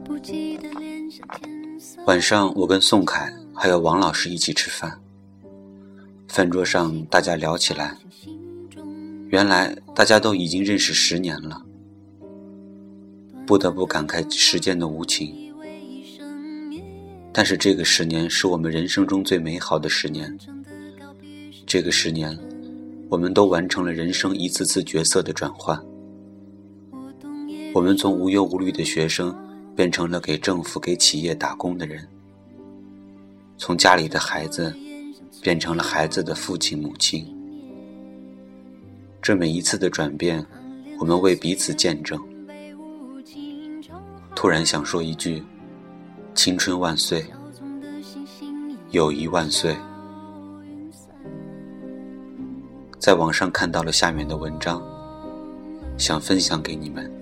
晚上我跟宋凯还有王老师一起吃饭，饭桌上大家聊起来，原来大家都已经认识10年了，不得不感慨时间的无情。但是这个10年是我们人生中最美好的10年，这个10年我们都完成了人生一次次角色的转换。我们从无忧无虑的学生变成了给政府给企业打工的人，从家里的孩子变成了孩子的父亲母亲。这每一次的转变，我们为彼此见证。突然想说一句，青春万岁，友谊万岁。在网上看到了下面的文章，想分享给你们。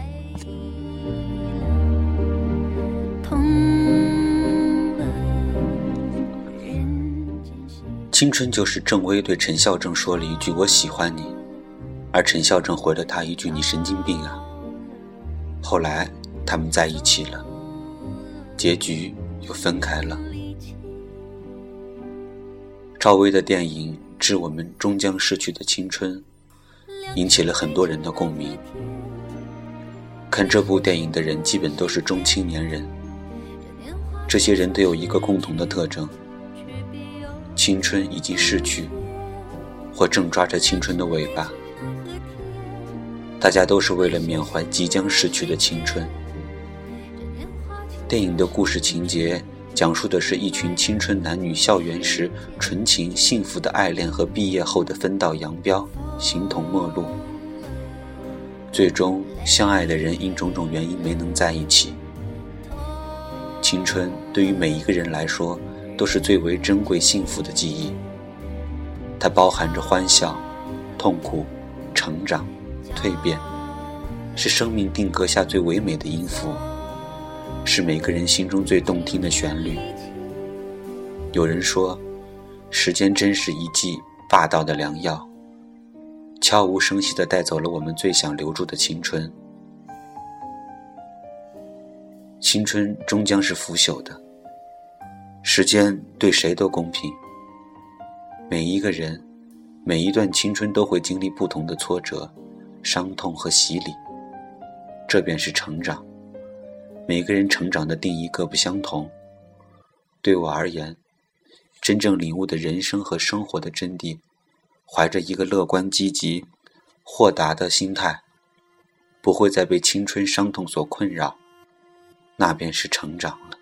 青春就是郑微对陈孝正说了一句我喜欢你，而陈孝正回了他一句你神经病啊。后来他们在一起了，结局又分开了。赵薇的电影《致我们终将逝去的青春》引起了很多人的共鸣。看这部电影的人基本都是中青年人，这些人都有一个共同的特征，青春已经逝去，或正抓着青春的尾巴。大家都是为了缅怀即将逝去的青春。电影的故事情节讲述的是一群青春男女校园时纯情幸福的爱恋和毕业后的分道扬镳，形同陌路。最终相爱的人因种种原因没能在一起。青春对于每一个人来说都是最为珍贵幸福的记忆，它包含着欢笑、痛苦、成长、蜕变，是生命定格下最唯美的音符，是每个人心中最动听的旋律。有人说，时间真是一剂霸道的良药，悄无声息地带走了我们最想留住的青春。青春终将是腐朽的，时间对谁都公平，每一个人每一段青春都会经历不同的挫折、伤痛和洗礼，这便是成长。每个人成长的定义各不相同，对我而言，真正领悟的人生和生活的真谛，怀着一个乐观积极豁达的心态，不会再被青春伤痛所困扰，那便是成长了。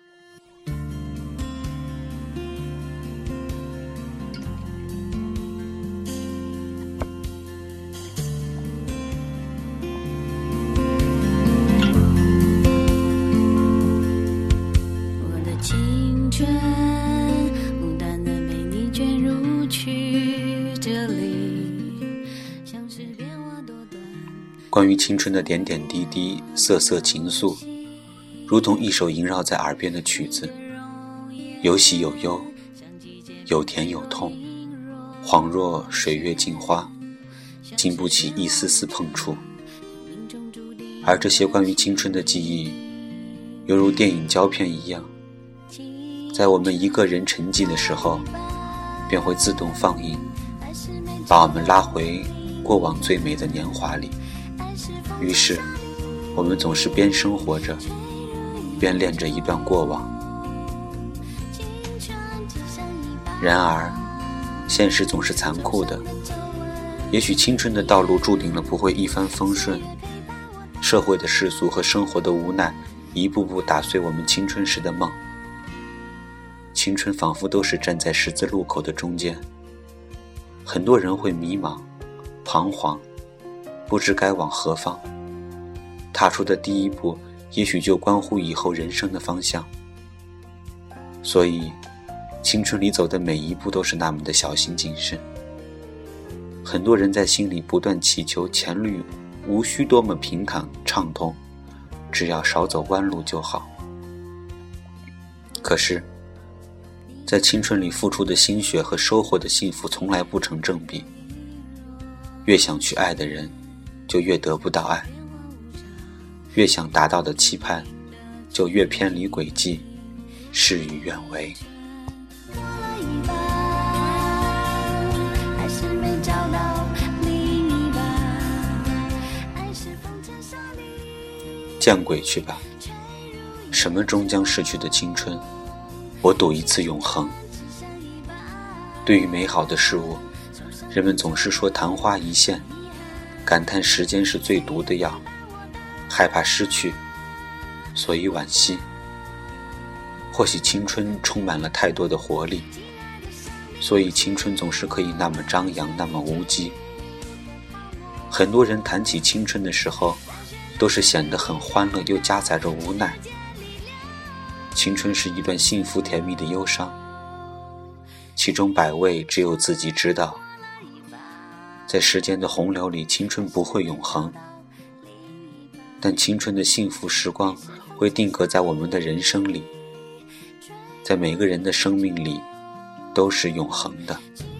关于青春的点点滴滴、瑟瑟情愫，如同一首萦绕在耳边的曲子，有喜有忧，有甜有痛，恍若水月镜花，经不起一丝丝碰触。而这些关于青春的记忆，犹如电影胶片一样，在我们一个人沉寂的时候，便会自动放映，把我们拉回过往最美的年华里。于是我们总是边生活着边恋着一段过往。然而现实总是残酷的，也许青春的道路注定了不会一帆风顺，社会的世俗和生活的无奈一步步打碎我们青春时的梦。青春仿佛都是站在十字路口的中间，很多人会迷茫彷徨，不知该往何方，踏出的第一步也许就关乎以后人生的方向。所以青春里走的每一步都是那么的小心谨慎。很多人在心里不断祈求前路无需多么平坦畅通，只要少走弯路就好。可是在青春里付出的心血和收获的幸福从来不成正比，越想去爱的人就越得不到爱，越想达到的期盼就越偏离轨迹，事与愿违。见鬼去吧！什么终将逝去的青春，我赌一次永恒。对于美好的事物，人们总是说昙花一现，感叹时间是最毒的药，害怕失去，所以惋惜。或许青春充满了太多的活力，所以青春总是可以那么张扬，那么无羁。很多人谈起青春的时候，都是显得很欢乐，又夹杂着无奈。青春是一段幸福甜蜜的忧伤，其中百味只有自己知道。在时间的洪流里，青春不会永恒，但青春的幸福时光会定格在我们的人生里，在每个人的生命里都是永恒的。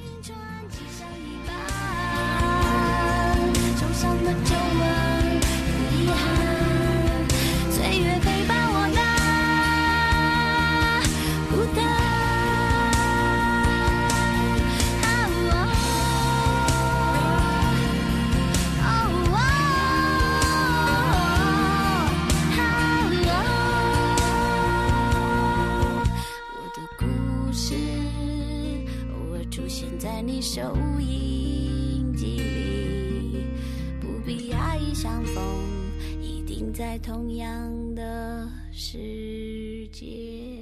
在你收音机里，不必讶异相逢，一定在同样的世界。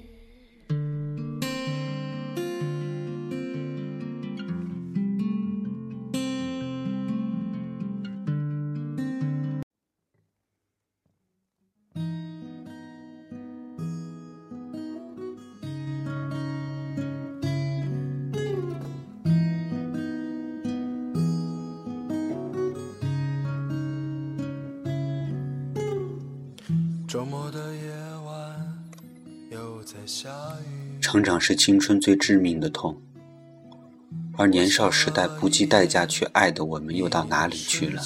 周末的夜晚又在下雨。 成长是青春最致命的痛，而年少时代不计代价去爱的我们又到哪里去了？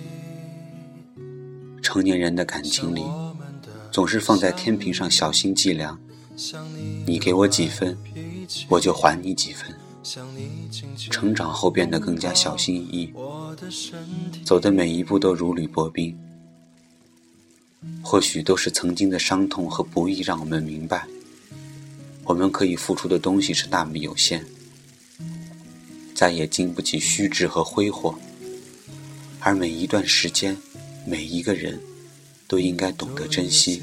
成年人的感情里，总是放在天平上小心计量，你给我几分，我就还你几分。成长后变得更加小心翼翼，走的每一步都如履薄冰。或许都是曾经的伤痛和不易让我们明白，我们可以付出的东西是那么有限，再也经不起虚掷和挥霍，而每一段时间，每一个人都应该懂得珍惜。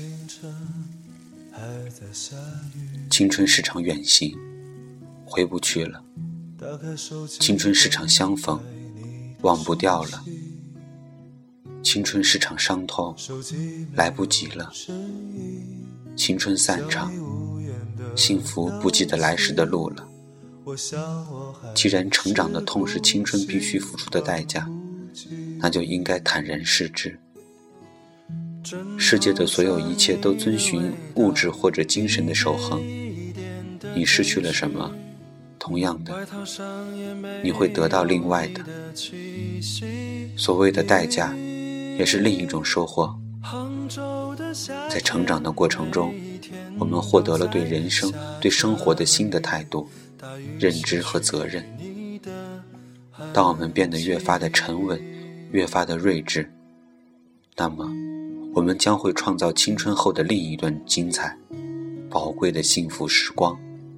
青春是场远行，回不去了；青春是场相逢，忘不掉了；青春是场伤痛，来不及了；青春散场，幸福不记得来时的路了。既然成长的痛是青春必须付出的代价，那就应该坦然视之。世界的所有一切都遵循物质或者精神的守恒，你失去了什么，同样的，你会得到另外的。所谓的代价，也是另一种收获。在成长的过程中，我们获得了对人生、对生活的新的态度、认知和责任。当我们变得越发的沉稳，越发的睿智，那么我们将会创造青春后的另一段精彩、宝贵的幸福时光。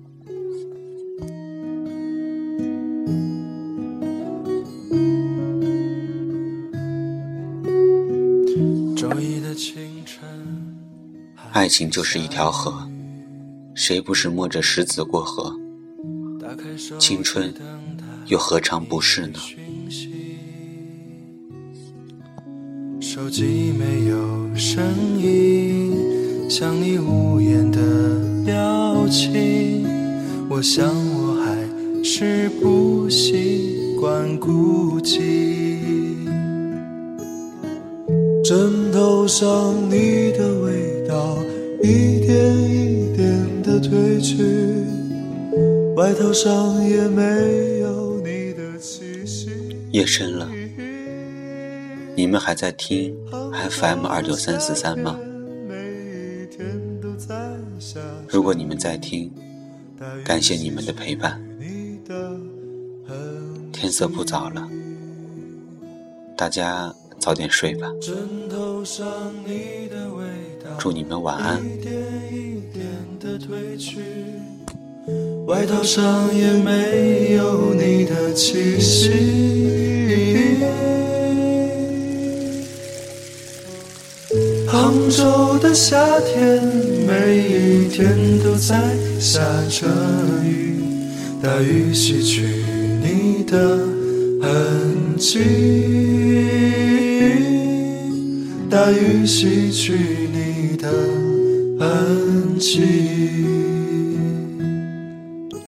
爱情就是一条河，谁不是摸着石子过河？青春又何尝不是呢？ 手机没有声音，像你无言的表情，我想我还是不习惯孤寂。枕头上你的味道一点一点地褪去，外套上也没有你的气息。 夜深了，你们还在听 FM29343 吗？ 如果你们在听，感谢你们的陪伴。天色不早了，大家早点睡吧。祝你们晚安。 外套上也没有你的气息。杭州的夏天，每一天都在下着雨，大雨洗去你的痕迹，大雨洗去你的痕迹。